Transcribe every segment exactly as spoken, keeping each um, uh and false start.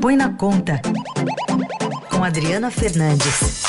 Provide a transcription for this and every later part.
Põe na Conta, com Adriana Fernandes.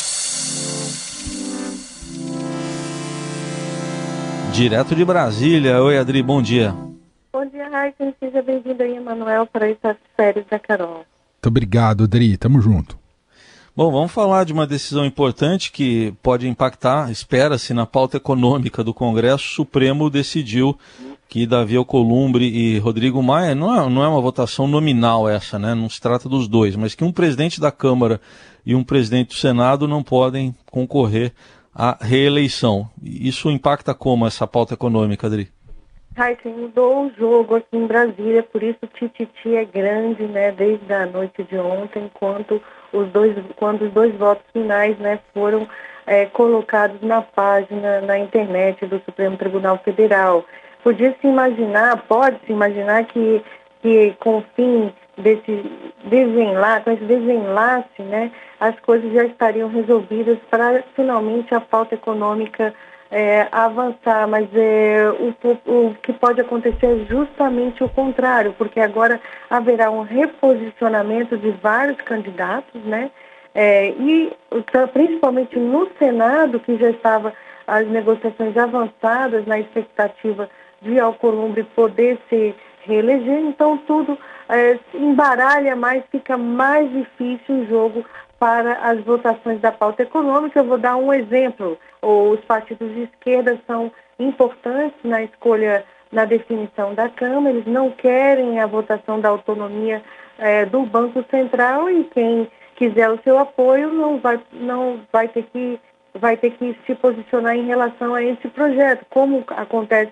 Direto de Brasília. Oi, Adri, bom dia. Bom dia, Raíssa. Seja bem-vindo aí, Emanuel, para essas férias da Carol. Muito obrigado, Adri. Tamo junto. Bom, vamos falar de uma decisão importante que pode impactar, espera-se, na pauta econômica do Congresso. O Supremo decidiu que Davi Alcolumbre e Rodrigo Maia, não é, não é uma votação nominal essa, né? Não se trata dos dois, mas que um presidente da Câmara e um presidente do Senado não podem concorrer à reeleição. Isso impacta como essa pauta econômica, Adri? Raíssa, mudou o jogo aqui em Brasília, por isso o tititi é grande, né? Desde a noite de ontem, enquanto os dois, quando os dois votos finais, né, foram é, colocados na página, na internet do Supremo Tribunal Federal. Podia-se imaginar, pode-se imaginar que, que com o fim desse desenlace, com esse desenlace, né, as coisas já estariam resolvidas para finalmente a pauta econômica é, avançar, mas é, o, o que pode acontecer é justamente o contrário, porque agora haverá um reposicionamento de vários candidatos, né, é, e principalmente no Senado, que já estava as negociações avançadas na expectativa de Alcolumbre poder se reeleger, então tudo é, se embaralha mais, fica mais difícil o jogo para as votações da pauta econômica. Eu vou dar um exemplo. Os partidos de esquerda são importantes na escolha, na definição da Câmara, eles não querem a votação da autonomia é, do Banco Central, e quem quiser o seu apoio não vai, não vai ter que, vai ter que se posicionar em relação a esse projeto, como acontece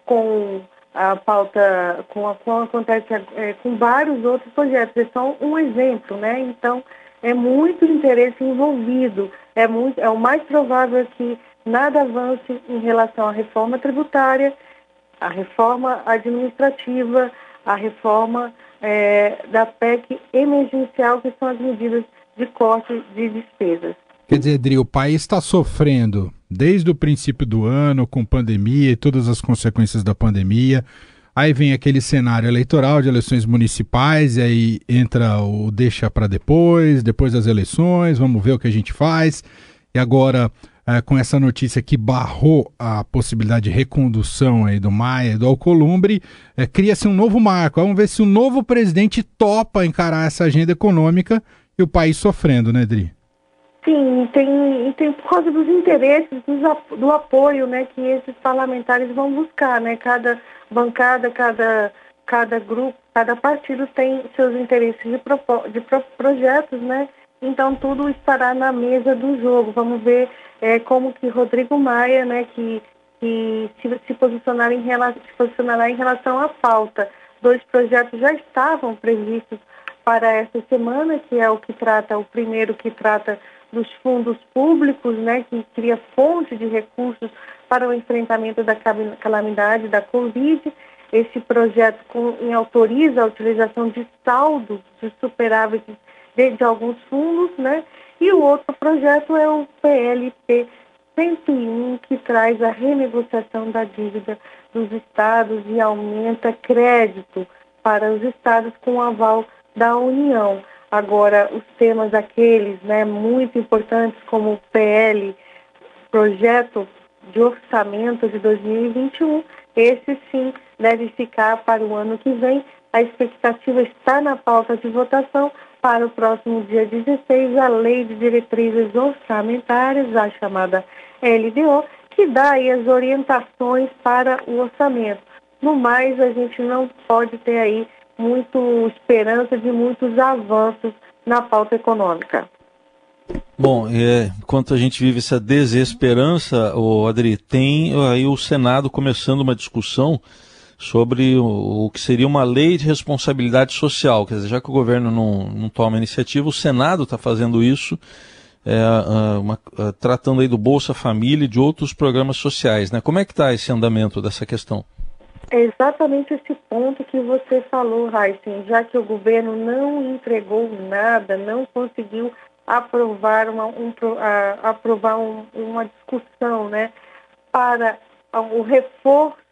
com a pauta, com a, com acontece é, com vários outros projetos. É só um exemplo, né? Então, é muito interesse envolvido. É, muito, é o mais provável que nada avance em relação à reforma tributária, à reforma administrativa, à reforma é, da P E C emergencial, que são as medidas de corte de despesas. Quer dizer, Adri, o país está sofrendo desde o princípio do ano, com pandemia e todas as consequências da pandemia. Aí vem aquele cenário eleitoral de eleições municipais, e aí entra o deixa para depois, depois das eleições, vamos ver o que a gente faz. E agora, é, com essa notícia que barrou a possibilidade de recondução aí do Maia e do Alcolumbre, é, cria-se um novo marco. Vamos ver se o novo presidente topa encarar essa agenda econômica, e o país sofrendo, né, Adri? Sim, tem, tem por causa dos interesses, dos, do apoio, né, que esses parlamentares vão buscar, né? Cada bancada, cada, cada grupo, cada partido tem seus interesses de, propo, de pro, projetos, né? Então tudo estará na mesa do jogo. Vamos ver é, como que Rodrigo Maia, né, que, que se, se, posicionar em relação, se posicionará em relação à pauta. Dois projetos já estavam previstos para essa semana, que é o que trata, o primeiro que trata dos fundos públicos, né, que cria fonte de recursos para o enfrentamento da calamidade da Covid. Esse projeto com, em, autoriza a utilização de saldos de superávites de, de alguns fundos, né, e o outro projeto é o P L P cento e um, que traz a renegociação da dívida dos estados e aumenta crédito para os estados com aval da União. Agora, os temas aqueles, né, muito importantes, como o P L, Projeto de Orçamento de dois mil e vinte e um, esse sim deve ficar para o ano que vem. A expectativa está na pauta de votação para o próximo dia dezesseis, a Lei de Diretrizes Orçamentárias, a chamada L D O, que dá aí as orientações para o orçamento. No mais, a gente não pode ter aí muito esperança de muitos avanços na pauta econômica. Bom, é, enquanto a gente vive essa desesperança, o Adri, tem aí o Senado começando uma discussão sobre o, o que seria uma lei de responsabilidade social. Quer dizer, já que o governo não, não toma iniciativa, o Senado está fazendo isso, é, uma, tratando aí do Bolsa Família e de outros programas sociais, né? Como é que está esse andamento dessa questão? É exatamente esse ponto que você falou, Raíssa, já que o governo não entregou nada, não conseguiu aprovar uma, um, a, aprovar um, uma discussão, né, para o reforço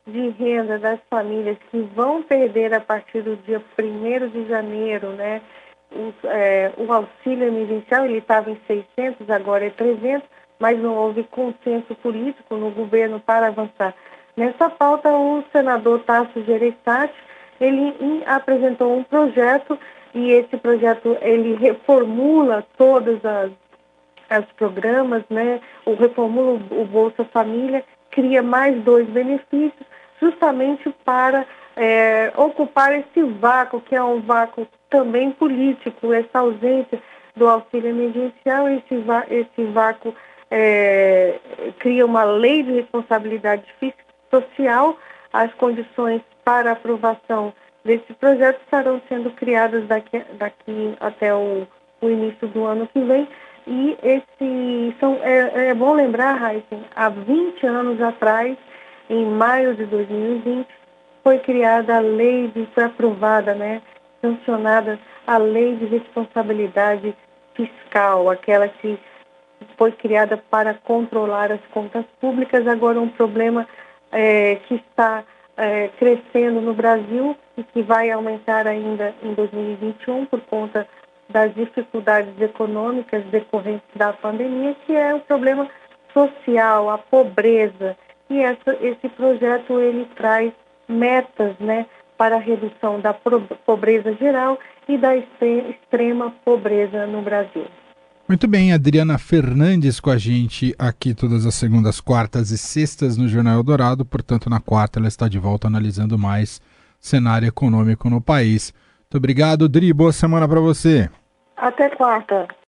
de renda das famílias que vão perder a partir do dia primeiro de janeiro, né? O, é, o auxílio emergencial, ele estava em seiscentos, agora é trezentos, mas não houve consenso político no governo para avançar. Nessa pauta, o senador Tasso Gereissati, ele in, apresentou um projeto, e esse projeto ele reformula todas as, as programas, né? O reformula o, o Bolsa Família, cria mais dois benefícios, justamente para é, ocupar esse vácuo, que é um vácuo também político, essa ausência do auxílio emergencial. Esse, esse vácuo é, cria uma lei de responsabilidade social. As condições para aprovação desse projeto estarão sendo criadas daqui, daqui até o, o início do ano que vem. E esse, são, é, é bom lembrar, Raíssa, há vinte anos atrás, em maio de dois mil e vinte, foi criada a lei, de, foi aprovada, né, sancionada a lei de responsabilidade fiscal, aquela que foi criada para controlar as contas públicas. Agora um problema é, que está é, crescendo no Brasil e que vai aumentar ainda em dois mil e vinte e um por conta das dificuldades econômicas decorrentes da pandemia, que é o problema social, a pobreza. E essa, esse projeto ele traz metas, né, para a redução da pobreza geral e da extrema pobreza no Brasil. Muito bem, Adriana Fernandes com a gente aqui todas as segundas, quartas e sextas no Jornal Eldorado. Portanto, na quarta ela está de volta analisando mais cenário econômico no país. Muito obrigado, Dri. Boa semana para você. Até quarta.